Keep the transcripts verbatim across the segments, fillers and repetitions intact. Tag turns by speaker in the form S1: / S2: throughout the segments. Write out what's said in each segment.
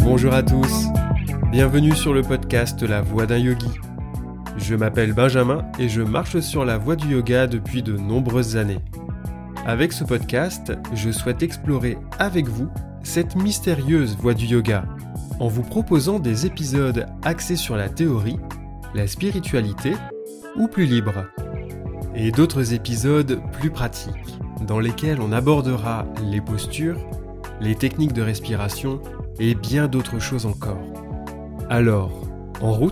S1: Bonjour à tous, bienvenue sur le podcast La Voix d'un Yogi. Je m'appelle Benjamin et je marche sur la voie du yoga depuis de nombreuses années. Avec ce podcast, je souhaite explorer avec vous cette mystérieuse voie du yoga, en vous proposant des épisodes axés sur la théorie, la spiritualité ou plus libre, et d'autres épisodes plus pratiques, dans lesquels on abordera les postures, les techniques de respiration et bien d'autres choses encore. Alors, en route ?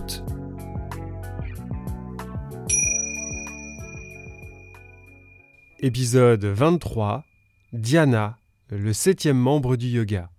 S1: Épisode vingt-trois, Dhyana, le septième membre du yoga.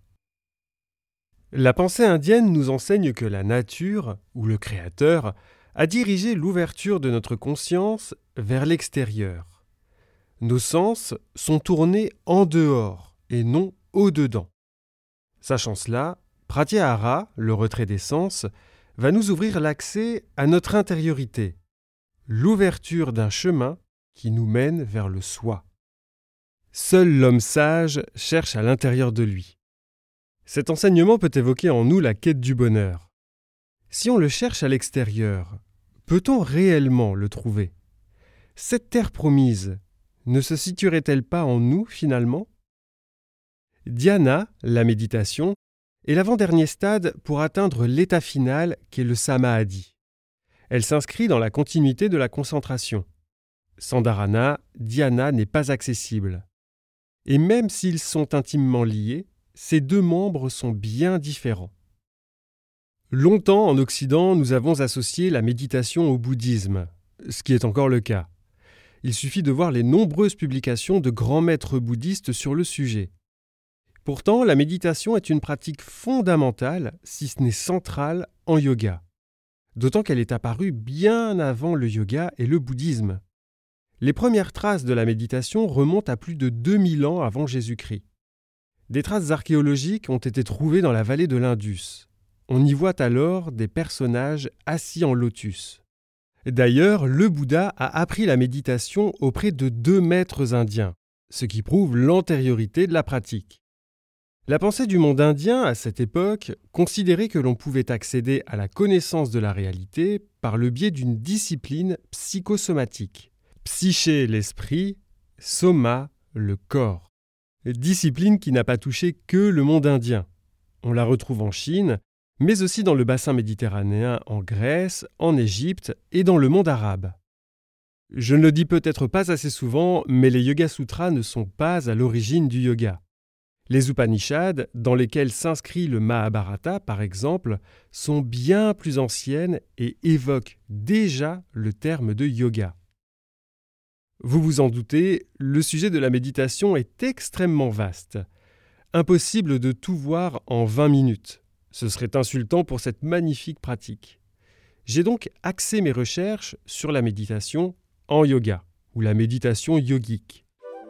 S1: La pensée indienne nous enseigne que la nature, ou le créateur, a dirigé l'ouverture de notre conscience vers l'extérieur. Nos sens sont tournés en dehors et non au-dedans. Sachant cela, Pratyahara, le retrait des sens, va nous ouvrir l'accès à notre intériorité, l'ouverture d'un chemin qui nous mène vers le soi. Seul l'homme sage cherche à l'intérieur de lui. Cet enseignement peut évoquer en nous la quête du bonheur. Si on le cherche à l'extérieur, peut-on réellement le trouver ? Cette terre promise ne se situerait-elle pas en nous finalement ? Dhyana, la méditation, est l'avant-dernier stade pour atteindre l'état final qu'est le samadhi. Elle s'inscrit dans la continuité de la concentration. Sans dharana, dhyana n'est pas accessible. Et même s'ils sont intimement liés, ces deux membres sont bien différents. Longtemps en Occident, nous avons associé la méditation au bouddhisme, ce qui est encore le cas. Il suffit de voir les nombreuses publications de grands maîtres bouddhistes sur le sujet. Pourtant, la méditation est une pratique fondamentale, si ce n'est centrale, en yoga. D'autant qu'elle est apparue bien avant le yoga et le bouddhisme. Les premières traces de la méditation remontent à plus de deux mille ans avant Jésus-Christ. Des traces archéologiques ont été trouvées dans la vallée de l'Indus. On y voit alors des personnages assis en lotus. D'ailleurs, le Bouddha a appris la méditation auprès de deux maîtres indiens, ce qui prouve l'antériorité de la pratique. La pensée du monde indien, à cette époque, considérait que l'on pouvait accéder à la connaissance de la réalité par le biais d'une discipline psychosomatique. Psyché, l'esprit, soma, le corps. Discipline qui n'a pas touché que le monde indien. On la retrouve en Chine, mais aussi dans le bassin méditerranéen en Grèce, en Égypte et dans le monde arabe. Je ne le dis peut-être pas assez souvent, mais les Yoga Sutras ne sont pas à l'origine du yoga. Les Upanishads, dans lesquels s'inscrit le Mahabharata par exemple, sont bien plus anciennes et évoquent déjà le terme de yoga. Vous vous en doutez, le sujet de la méditation est extrêmement vaste. Impossible de tout voir en vingt minutes. Ce serait insultant pour cette magnifique pratique. J'ai donc axé mes recherches sur la méditation en yoga, ou la méditation yogique.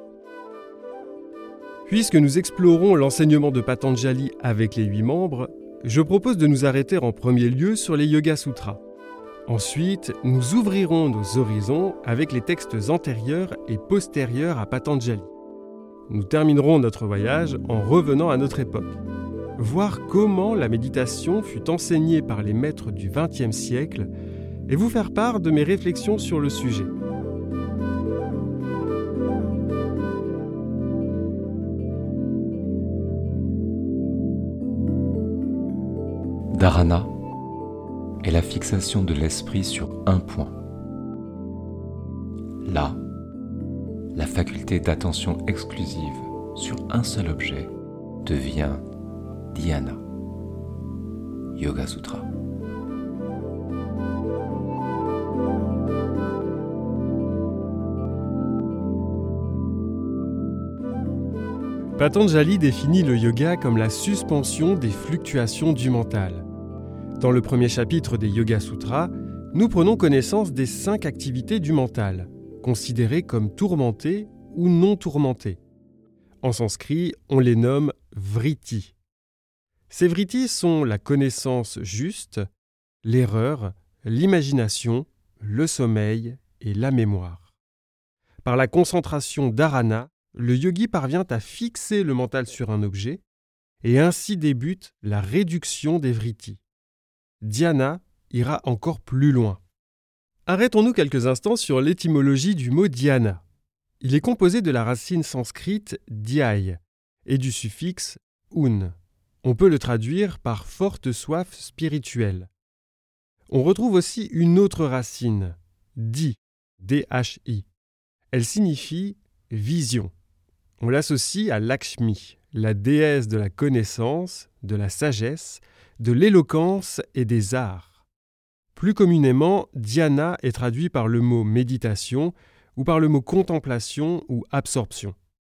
S1: Puisque nous explorons l'enseignement de Patanjali avec les huit membres, je propose de nous arrêter en premier lieu sur les Yoga Sutras. Ensuite, nous ouvrirons nos horizons avec les textes antérieurs et postérieurs à Patanjali. Nous terminerons notre voyage en revenant à notre époque. Voir comment la méditation fut enseignée par les maîtres du vingtième siècle et vous faire part de mes réflexions sur le sujet.
S2: Dharana est la fixation de l'esprit sur un point. Là, la faculté d'attention exclusive sur un seul objet devient dhyana. Yoga Sutra.
S1: Patanjali définit le yoga comme la suspension des fluctuations du mental. Dans le premier chapitre des Yoga Sutras, nous prenons connaissance des cinq activités du mental, considérées comme tourmentées ou non tourmentées. En sanskrit, on les nomme vritti. Ces vrittis sont la connaissance juste, l'erreur, l'imagination, le sommeil et la mémoire. Par la concentration dharana, le yogi parvient à fixer le mental sur un objet et ainsi débute la réduction des vrittis. Dhyana ira encore plus loin. Arrêtons-nous quelques instants sur l'étymologie du mot dhyana. Il est composé de la racine sanscrite dhyay et du suffixe un. On peut le traduire par forte soif spirituelle. On retrouve aussi une autre racine, di, D H I. Elle signifie vision. On l'associe à Lakshmi, la déesse de la connaissance, de la sagesse, de l'éloquence et des arts. Plus communément, dhyana est traduit par le mot méditation ou par le mot contemplation ou absorption.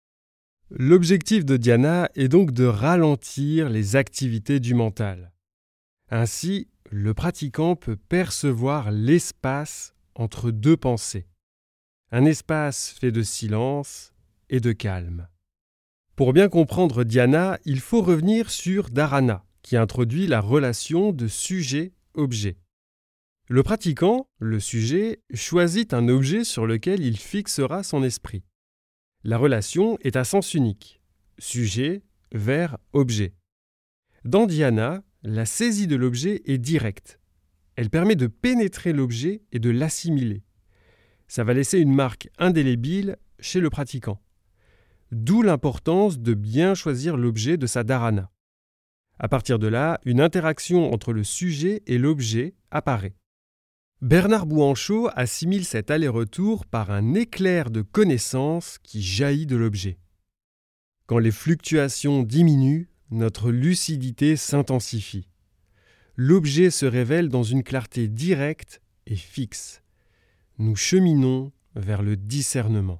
S1: L'objectif de dhyana est donc de ralentir les activités du mental. Ainsi, le pratiquant peut percevoir l'espace entre deux pensées. Un espace fait de silence et de calme. Pour bien comprendre dhyana, il faut revenir sur dharana, qui introduit la relation de sujet-objet. Le pratiquant, le sujet, choisit un objet sur lequel il fixera son esprit. La relation est à sens unique, sujet vers objet. Dans dhyana, la saisie de l'objet est directe. Elle permet de pénétrer l'objet et de l'assimiler. Ça va laisser une marque indélébile chez le pratiquant. D'où l'importance de bien choisir l'objet de sa dharana. À partir de là, une interaction entre le sujet et l'objet apparaît. Bernard Bouanchot assimile cet aller-retour par un éclair de connaissance qui jaillit de l'objet. Quand les fluctuations diminuent, notre lucidité s'intensifie. L'objet se révèle dans une clarté directe et fixe. Nous cheminons vers le discernement.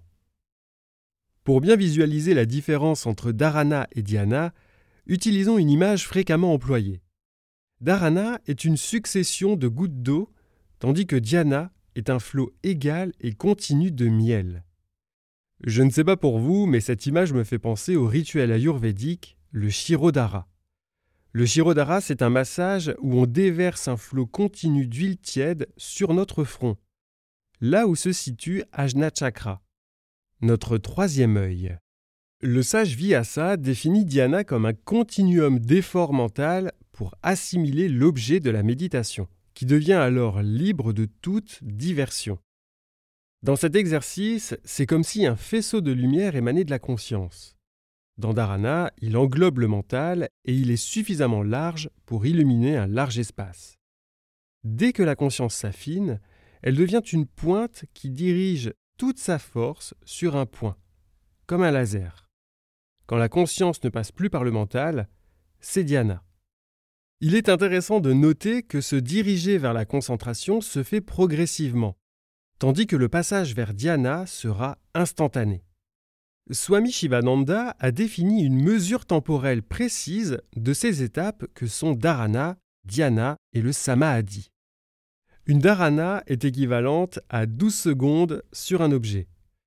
S1: Pour bien visualiser la différence entre dharana et dhyana, utilisons une image fréquemment employée. Dharana est une succession de gouttes d'eau, tandis que dhyana est un flot égal et continu de miel. Je ne sais pas pour vous, mais cette image me fait penser au rituel ayurvédique, le Shirodhara. Le Shirodhara, c'est un massage où on déverse un flot continu d'huile tiède sur notre front, là où se situe Ajna Chakra, notre troisième œil. Le sage Vyasa définit dhyana comme un continuum d'effort mental pour assimiler l'objet de la méditation, qui devient alors libre de toute diversion. Dans cet exercice, c'est comme si un faisceau de lumière émanait de la conscience. Dans dharana, il englobe le mental et il est suffisamment large pour illuminer un large espace. Dès que la conscience s'affine, elle devient une pointe qui dirige toute sa force sur un point, comme un laser. Quand la conscience ne passe plus par le mental, c'est dhyana. Il est intéressant de noter que se diriger vers la concentration se fait progressivement, tandis que le passage vers dhyana sera instantané. Swami Shivananda a défini une mesure temporelle précise de ces étapes que sont dharana, dhyana et le samadhi. Une dharana est équivalente à douze secondes sur un objet.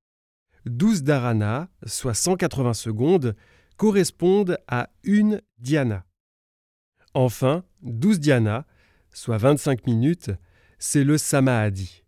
S1: douze dharana, soit cent quatre-vingts secondes, correspondent à une dhyana. Enfin, douze dhyana, soit vingt-cinq minutes, c'est le samadhi.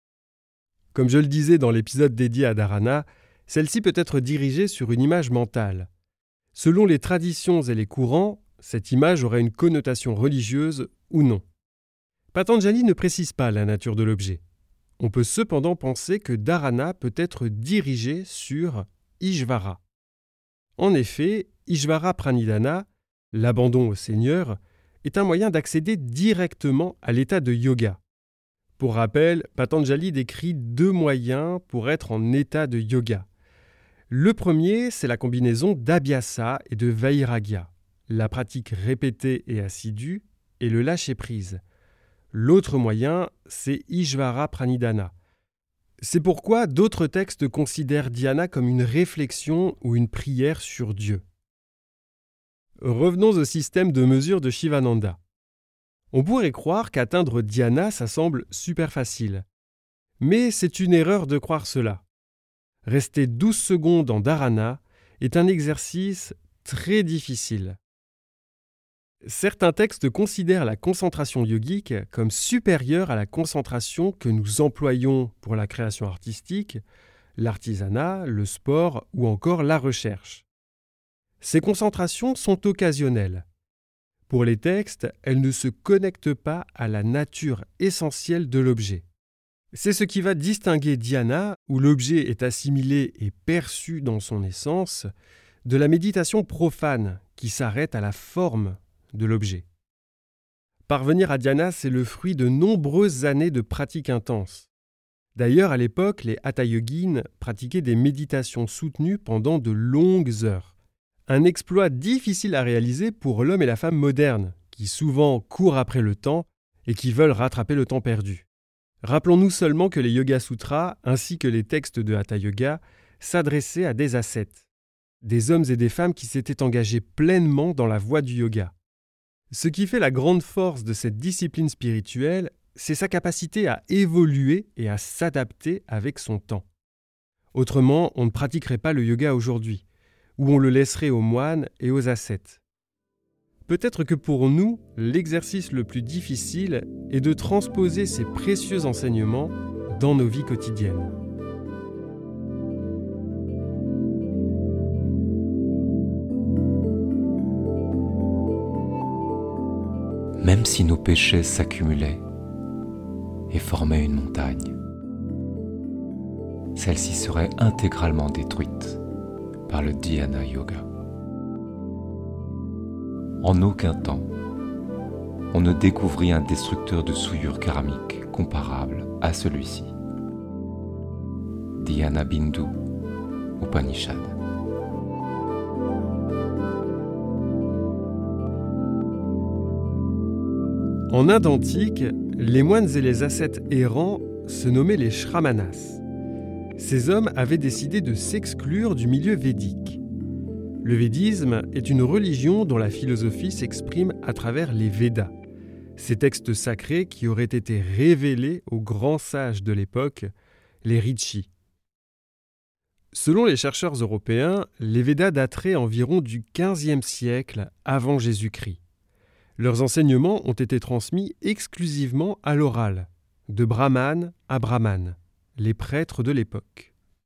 S1: Comme je le disais dans l'épisode dédié à dharana, celle-ci peut être dirigée sur une image mentale. Selon les traditions et les courants, cette image aurait une connotation religieuse ou non. Patanjali ne précise pas la nature de l'objet. On peut cependant penser que dharana peut être dirigé sur Ishvara. En effet, Ishvara Pranidhana, l'abandon au Seigneur, est un moyen d'accéder directement à l'état de yoga. Pour rappel, Patanjali décrit deux moyens pour être en état de yoga. Le premier, c'est la combinaison d'abhyasa et de vairagya, la pratique répétée et assidue, et le lâcher-prise. L'autre moyen, c'est Ishvara Pranidhana. C'est pourquoi d'autres textes considèrent dhyana comme une réflexion ou une prière sur Dieu. Revenons au système de mesure de Shivananda. On pourrait croire qu'atteindre dhyana, ça semble super facile. Mais c'est une erreur de croire cela. Rester douze secondes en dharana est un exercice très difficile. Certains textes considèrent la concentration yogique comme supérieure à la concentration que nous employons pour la création artistique, l'artisanat, le sport ou encore la recherche. Ces concentrations sont occasionnelles. Pour les textes, elles ne se connectent pas à la nature essentielle de l'objet. C'est ce qui va distinguer dhyana, où l'objet est assimilé et perçu dans son essence, de la méditation profane, qui s'arrête à la forme de l'objet. Parvenir à dhyana, c'est le fruit de nombreuses années de pratique intense. D'ailleurs, à l'époque, les hatha yogins pratiquaient des méditations soutenues pendant de longues heures. Un exploit difficile à réaliser pour l'homme et la femme modernes, qui souvent courent après le temps et qui veulent rattraper le temps perdu. Rappelons-nous seulement que les Yoga Sutras, ainsi que les textes de Hatha Yoga, s'adressaient à des ascètes, des hommes et des femmes qui s'étaient engagés pleinement dans la voie du yoga. Ce qui fait la grande force de cette discipline spirituelle, c'est sa capacité à évoluer et à s'adapter avec son temps. Autrement, on ne pratiquerait pas le yoga aujourd'hui, ou on le laisserait aux moines et aux ascètes. Peut-être que pour nous, l'exercice le plus difficile est de transposer ces précieux enseignements dans nos vies quotidiennes.
S2: Même si nos péchés s'accumulaient et formaient une montagne, celle-ci serait intégralement détruite par le dhyana yoga. En aucun temps, on ne découvrit un destructeur de souillure karmique comparable à celui-ci. Dhyana Bindu Upanishad.
S1: En Inde antique, les moines et les ascètes errants se nommaient les Shramanas. Ces hommes avaient décidé de s'exclure du milieu védique. Le védisme est une religion dont la philosophie s'exprime à travers les Védas, ces textes sacrés qui auraient été révélés aux grands sages de l'époque, les Rishis. Selon les chercheurs européens, les Védas dateraient environ du quinzième siècle avant Jésus-Christ. Leurs enseignements ont été transmis exclusivement à l'oral, de brahmane à brahmane, les prêtres de l'époque.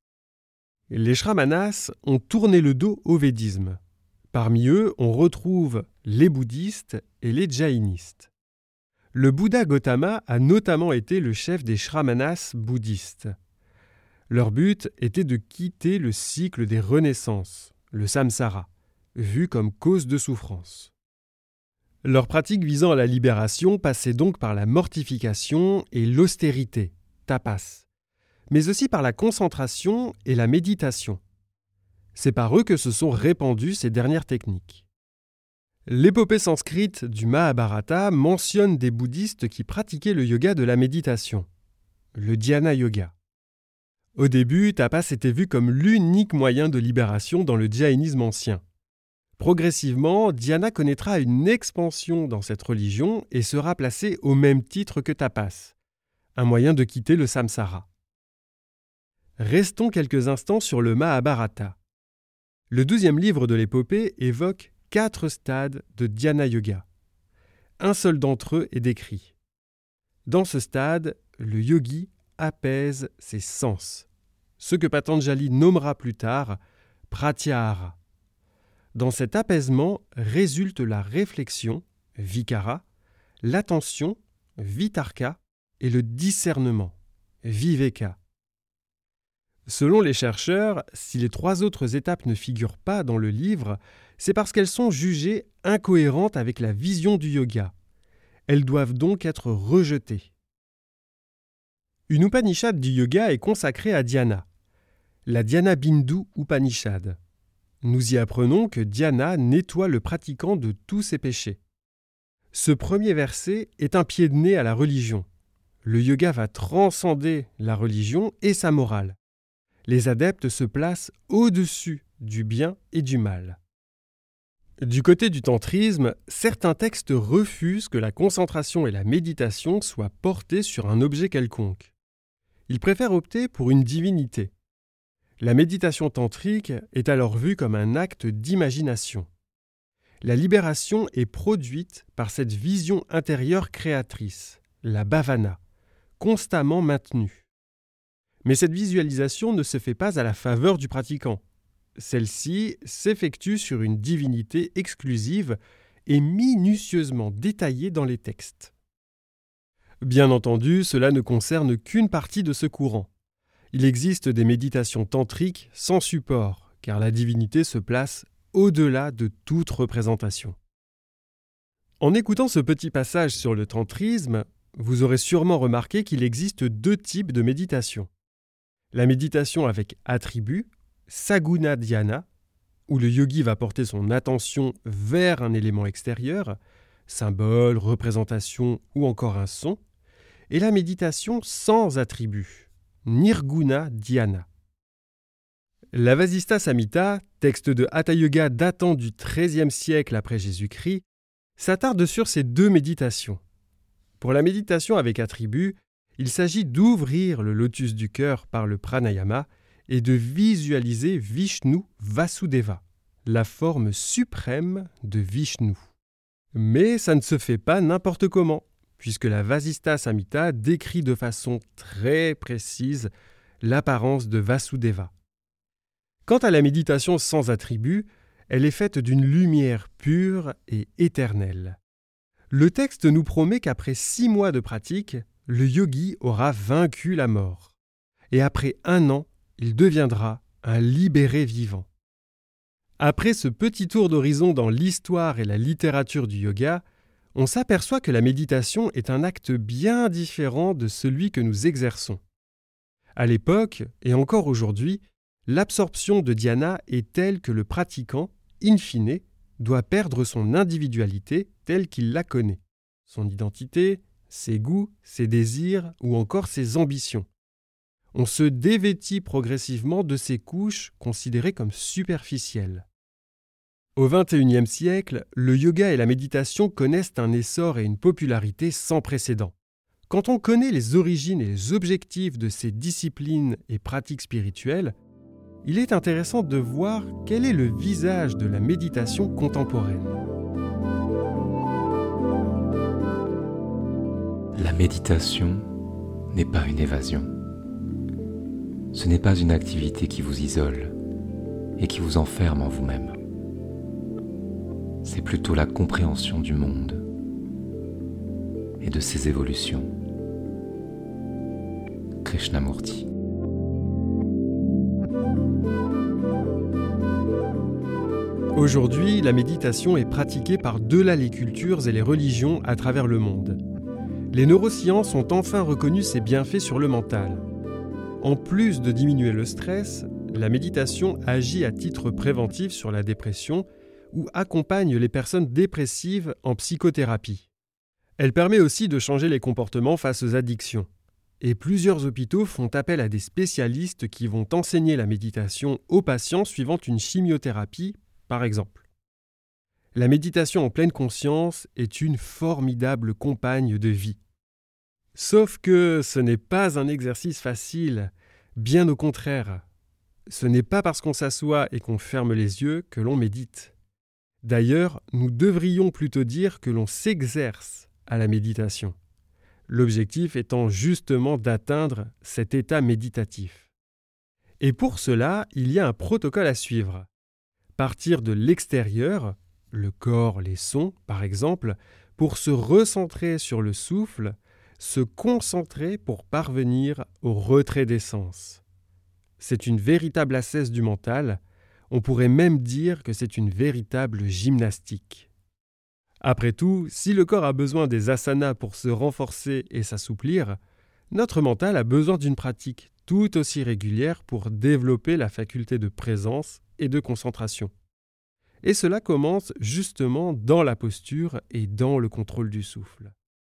S1: Les Shramanas ont tourné le dos au védisme. Parmi eux, on retrouve les bouddhistes et les jaïnistes. Le Bouddha Gautama a notamment été le chef des Shramanas bouddhistes. Leur but était de quitter le cycle des renaissances, le samsara, vu comme cause de souffrance. Leur pratique visant à la libération passait donc par la mortification et l'austérité, tapas, mais aussi par la concentration et la méditation. C'est par eux que se sont répandues ces dernières techniques. L'épopée sanskrite du Mahabharata mentionne des bouddhistes qui pratiquaient le yoga de la méditation, le dhyana yoga. Au début, tapas était vu comme l'unique moyen de libération dans le jaïnisme ancien. Progressivement, dhyana connaîtra une expansion dans cette religion et sera placé au même titre que tapas, un moyen de quitter le samsara. Restons quelques instants sur le Mahabharata. Le douzième livre de l'épopée évoque quatre stades de dhyana yoga. Un seul d'entre eux est décrit. Dans ce stade, le yogi apaise ses sens, ce que Patanjali nommera plus tard pratyahara. Dans cet apaisement résulte la réflexion, vikara, l'attention, vitarka, et le discernement, viveka. Selon les chercheurs, si les trois autres étapes ne figurent pas dans le livre, c'est parce qu'elles sont jugées incohérentes avec la vision du yoga. Elles doivent donc être rejetées. Une Upanishad du yoga est consacrée à dhyana, la Dhyana Bindu Upanishad. Nous y apprenons que dhyana nettoie le pratiquant de tous ses péchés. Ce premier verset est un pied de nez à la religion. Le yoga va transcender la religion et sa morale. Les adeptes se placent au-dessus du bien et du mal. Du côté du tantrisme, certains textes refusent que la concentration et la méditation soient portées sur un objet quelconque. Ils préfèrent opter pour une divinité. La méditation tantrique est alors vue comme un acte d'imagination. La libération est produite par cette vision intérieure créatrice, la bhavana, constamment maintenue. Mais cette visualisation ne se fait pas à la faveur du pratiquant. Celle-ci s'effectue sur une divinité exclusive et minutieusement détaillée dans les textes. Bien entendu, cela ne concerne qu'une partie de ce courant. Il existe des méditations tantriques sans support, car la divinité se place au-delà de toute représentation. En écoutant ce petit passage sur le tantrisme, vous aurez sûrement remarqué qu'il existe deux types de méditation. La méditation avec attribut, Saguna Dhyana, où le yogi va porter son attention vers un élément extérieur, symbole, représentation ou encore un son, et la méditation sans attribut, Nirguna Dhyana. La Vasista Samhita, texte de Hatha Yoga datant du treizième siècle après Jésus-Christ, s'attarde sur ces deux méditations. Pour la méditation avec attribut, il s'agit d'ouvrir le lotus du cœur par le pranayama et de visualiser Vishnu Vasudeva, la forme suprême de Vishnu. Mais ça ne se fait pas n'importe comment, puisque la Vasista Samhita décrit de façon très précise l'apparence de Vasudeva. Quant à la méditation sans attribut, elle est faite d'une lumière pure et éternelle. Le texte nous promet qu'après six mois de pratique, le yogi aura vaincu la mort. Et après un an, il deviendra un libéré vivant. Après ce petit tour d'horizon dans l'histoire et la littérature du yoga, on s'aperçoit que la méditation est un acte bien différent de celui que nous exerçons. À l'époque, et encore aujourd'hui, l'absorption de dhyana est telle que le pratiquant, in fine, doit perdre son individualité telle qu'il la connaît, son identité, ses goûts, ses désirs ou encore ses ambitions. On se dévêtit progressivement de ces couches considérées comme superficielles. Au vingt et unième siècle, le yoga et la méditation connaissent un essor et une popularité sans précédent. Quand on connaît les origines et les objectifs de ces disciplines et pratiques spirituelles, il est intéressant de voir quel est le visage de la méditation contemporaine.
S2: La méditation n'est pas une évasion. Ce n'est pas une activité qui vous isole et qui vous enferme en vous-même. C'est plutôt la compréhension du monde et de ses évolutions. Krishnamurti.
S1: Aujourd'hui, la méditation est pratiquée par-delà les cultures et les religions à travers le monde. Les neurosciences ont enfin reconnu ses bienfaits sur le mental. En plus de diminuer le stress, la méditation agit à titre préventif sur la dépression ou accompagne les personnes dépressives en psychothérapie. Elle permet aussi de changer les comportements face aux addictions. Et plusieurs hôpitaux font appel à des spécialistes qui vont enseigner la méditation aux patients suivant une chimiothérapie, par exemple. La méditation en pleine conscience est une formidable compagne de vie. Sauf que ce n'est pas un exercice facile, bien au contraire. Ce n'est pas parce qu'on s'assoit et qu'on ferme les yeux que l'on médite. D'ailleurs, nous devrions plutôt dire que l'on s'exerce à la méditation, l'objectif étant justement d'atteindre cet état méditatif. Et pour cela, il y a un protocole à suivre. Partir de l'extérieur, le corps, les sons par exemple, pour se recentrer sur le souffle, se concentrer pour parvenir au retrait des sens. C'est une véritable ascèse du mental, on pourrait même dire que c'est une véritable gymnastique. Après tout, si le corps a besoin des asanas pour se renforcer et s'assouplir, notre mental a besoin d'une pratique tout aussi régulière pour développer la faculté de présence et de concentration. Et cela commence justement dans la posture et dans le contrôle du souffle.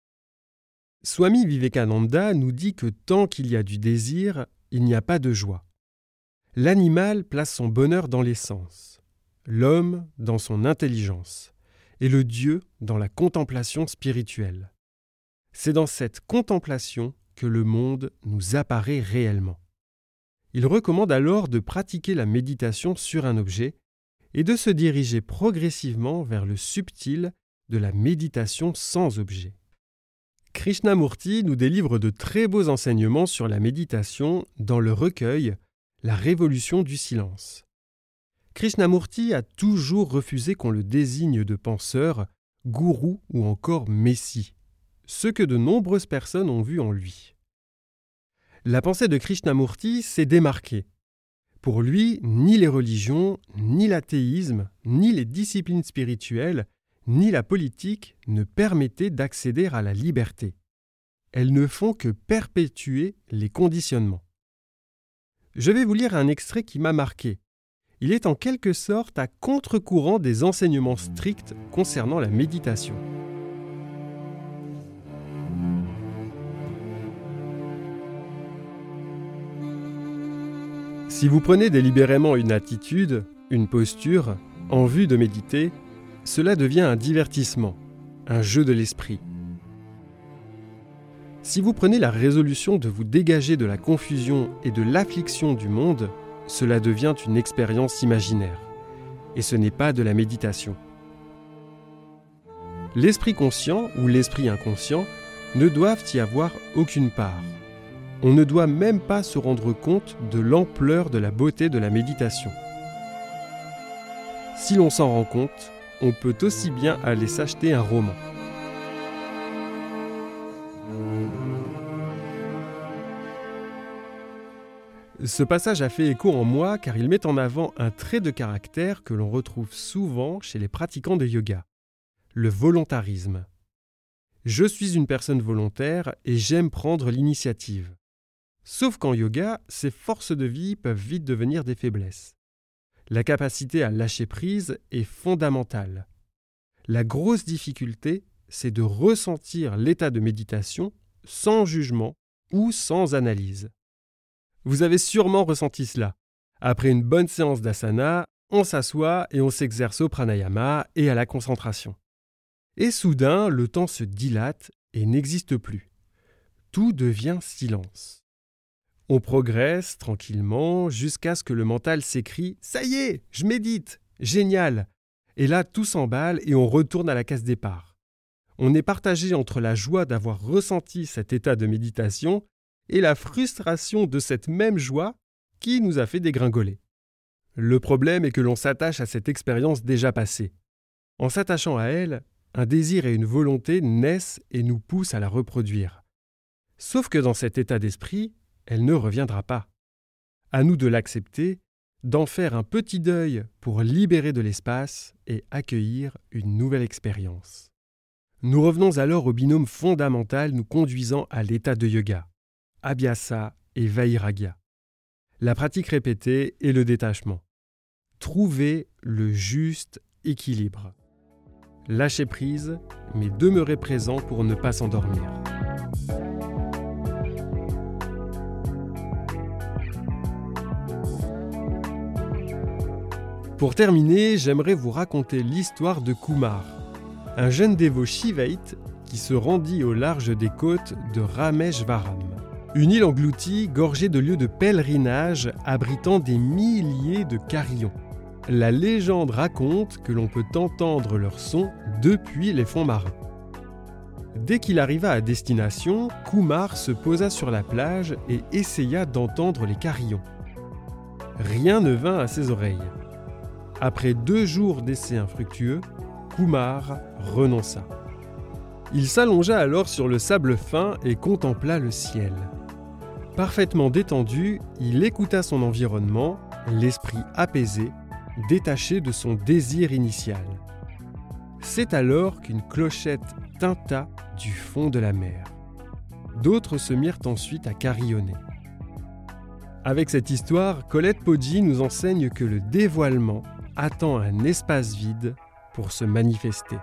S1: Swami Vivekananda nous dit que tant qu'il y a du désir, il n'y a pas de joie. L'animal place son bonheur dans les sens, l'homme dans son intelligence, et le Dieu dans la contemplation spirituelle. C'est dans cette contemplation que le monde nous apparaît réellement. Il recommande alors de pratiquer la méditation sur un objet et de se diriger progressivement vers le subtil de la méditation sans objet. Krishnamurti nous délivre de très beaux enseignements sur la méditation dans le recueil « La révolution du silence ». Krishnamurti a toujours refusé qu'on le désigne de penseur, gourou ou encore messie, ce que de nombreuses personnes ont vu en lui. La pensée de Krishnamurti s'est démarquée. Pour lui, ni les religions, ni l'athéisme, ni les disciplines spirituelles, ni la politique ne permettaient d'accéder à la liberté. Elles ne font que perpétuer les conditionnements. Je vais vous lire un extrait qui m'a marqué. Il est en quelque sorte à contre-courant des enseignements stricts concernant la méditation. Si vous prenez délibérément une attitude, une posture, en vue de méditer, cela devient un divertissement, un jeu de l'esprit. Si vous prenez la résolution de vous dégager de la confusion et de l'affliction du monde, cela devient une expérience imaginaire. Et ce n'est pas de la méditation. L'esprit conscient ou l'esprit inconscient ne doivent y avoir aucune part. On ne doit même pas se rendre compte de l'ampleur de la beauté de la méditation. Si l'on s'en rend compte, on peut aussi bien aller s'acheter un roman. Ce passage a fait écho en moi car il met en avant un trait de caractère que l'on retrouve souvent chez les pratiquants de yoga, le volontarisme. Je suis une personne volontaire et j'aime prendre l'initiative. Sauf qu'en yoga, ces forces de vie peuvent vite devenir des faiblesses. La capacité à lâcher prise est fondamentale. La grosse difficulté, c'est de ressentir l'état de méditation sans jugement ou sans analyse. Vous avez sûrement ressenti cela. Après une bonne séance d'asana, on s'assoit et on s'exerce au pranayama et à la concentration. Et soudain, le temps se dilate et n'existe plus. Tout devient silence. On progresse tranquillement jusqu'à ce que le mental s'écrie « Ça y est, je médite, génial !» Et là, tout s'emballe et on retourne à la case départ. On est partagé entre la joie d'avoir ressenti cet état de méditation et la frustration de cette même joie qui nous a fait dégringoler. Le problème est que l'on s'attache à cette expérience déjà passée. En s'attachant à elle, un désir et une volonté naissent et nous poussent à la reproduire. Sauf que dans cet état d'esprit, elle ne reviendra pas. À nous de l'accepter, d'en faire un petit deuil pour libérer de l'espace et accueillir une nouvelle expérience. Nous revenons alors au binôme fondamental nous conduisant à l'état de yoga, Abhyasa et Vairagya. La pratique répétée et le détachement. Trouver le juste équilibre. Lâcher prise, mais demeurer présent pour ne pas s'endormir. Pour terminer, j'aimerais vous raconter l'histoire de Kumar, un jeune dévot shivaïte qui se rendit au large des côtes de Rameshvaram, une île engloutie gorgée de lieux de pèlerinage abritant des milliers de carillons. La légende raconte que l'on peut entendre leur son depuis les fonds marins. Dès qu'il arriva à destination, Kumar se posa sur la plage et essaya d'entendre les carillons. Rien ne vint à ses oreilles. Après deux jours d'essais infructueux, Kumar renonça. Il s'allongea alors sur le sable fin et contempla le ciel. Parfaitement détendu, il écouta son environnement, l'esprit apaisé, détaché de son désir initial. C'est alors qu'une clochette tinta du fond de la mer. D'autres se mirent ensuite à carillonner. Avec cette histoire, Colette Poggi nous enseigne que le dévoilement attend un espace vide pour se manifester.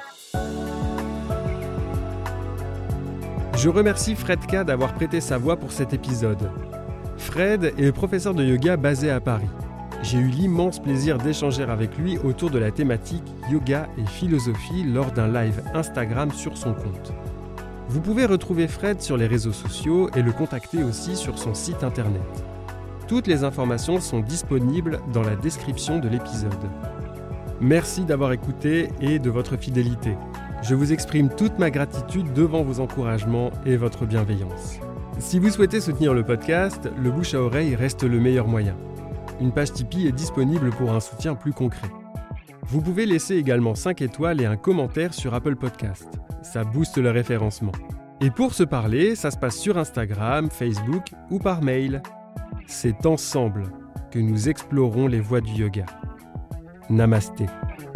S1: Je remercie Fred K d'avoir prêté sa voix pour cet épisode. Fred est professeur de yoga basé à Paris. J'ai eu l'immense plaisir d'échanger avec lui autour de la thématique yoga et philosophie lors d'un live Instagram sur son compte. Vous pouvez retrouver Fred sur les réseaux sociaux et le contacter aussi sur son site internet. Toutes les informations sont disponibles dans la description de l'épisode. Merci d'avoir écouté et de votre fidélité. Je vous exprime toute ma gratitude devant vos encouragements et votre bienveillance. Si vous souhaitez soutenir le podcast, le bouche à oreille reste le meilleur moyen. Une page Tipeee est disponible pour un soutien plus concret. Vous pouvez laisser également cinq étoiles et un commentaire sur Apple Podcast. Ça booste le référencement. Et pour se parler, ça se passe sur Instagram, Facebook ou par mail. C'est ensemble que nous explorons les voies du yoga. Namasté.